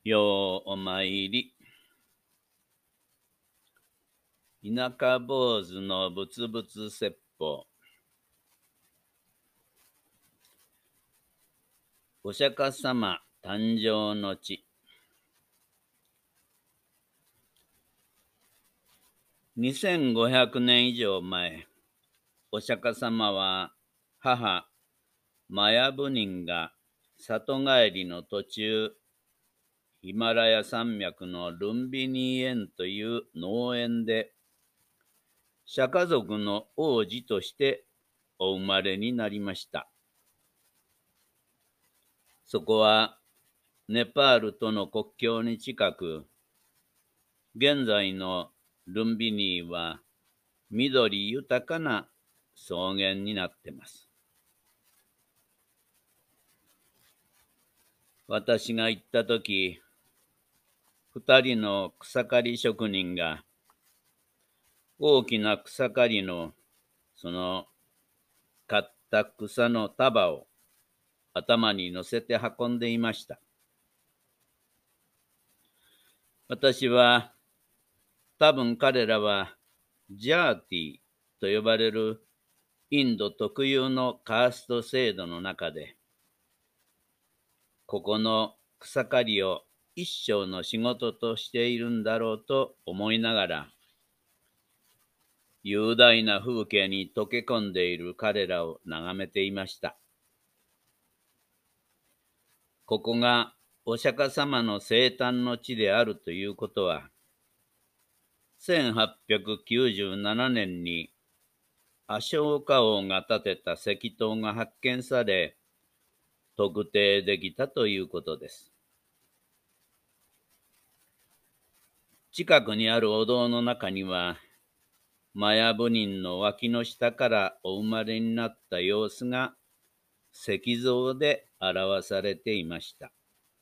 ようお参り。田舎坊主のぶつぶつ説法。お釈迦様誕生の地。2500年以上前、お釈迦様は母、マヤ部人が里帰りの途中、ヒマラヤ山脈のルンビニー園という農園で、釈迦族の王子としてお生まれになりました。そこはネパールとの国境に近く、現在のルンビニーは緑豊かな草原になっています。私が行ったとき、2人の草刈り職人が大きな草刈りのその刈った草の束を頭に乗せて運んでいました。私は多分彼らはジャーティと呼ばれるインド特有のカースト制度の中で、ここの草刈りを一生の仕事としているんだろうと思いながら、雄大な風景に溶け込んでいる彼らを眺めていました。ここがお釈迦様の生誕の地であるということは、1897年にアショーカ王が建てた石塔が発見され、特定できたということです。近くにあるお堂の中には、マヤ部人の脇の下からお生まれになった様子が石像で表されていました。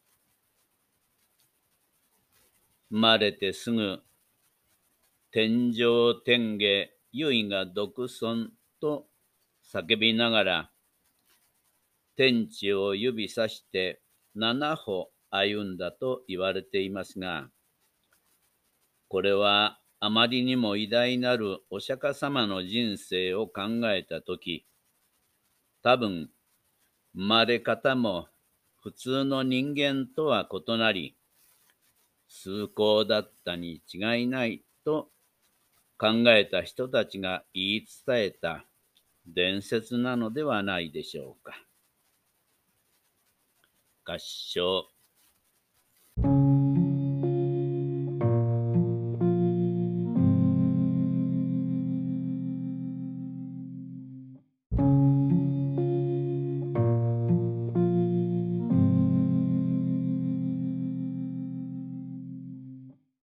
生まれてすぐ、天上天下、唯我独尊と叫びながら、天地を指さして7歩歩んだと言われていますが、これはあまりにも偉大なるお釈迦様の人生を考えたとき、多分、生まれ方も普通の人間とは異なり、崇高だったに違いないと考えた人たちが言い伝えた伝説なのではないでしょうか。合唱。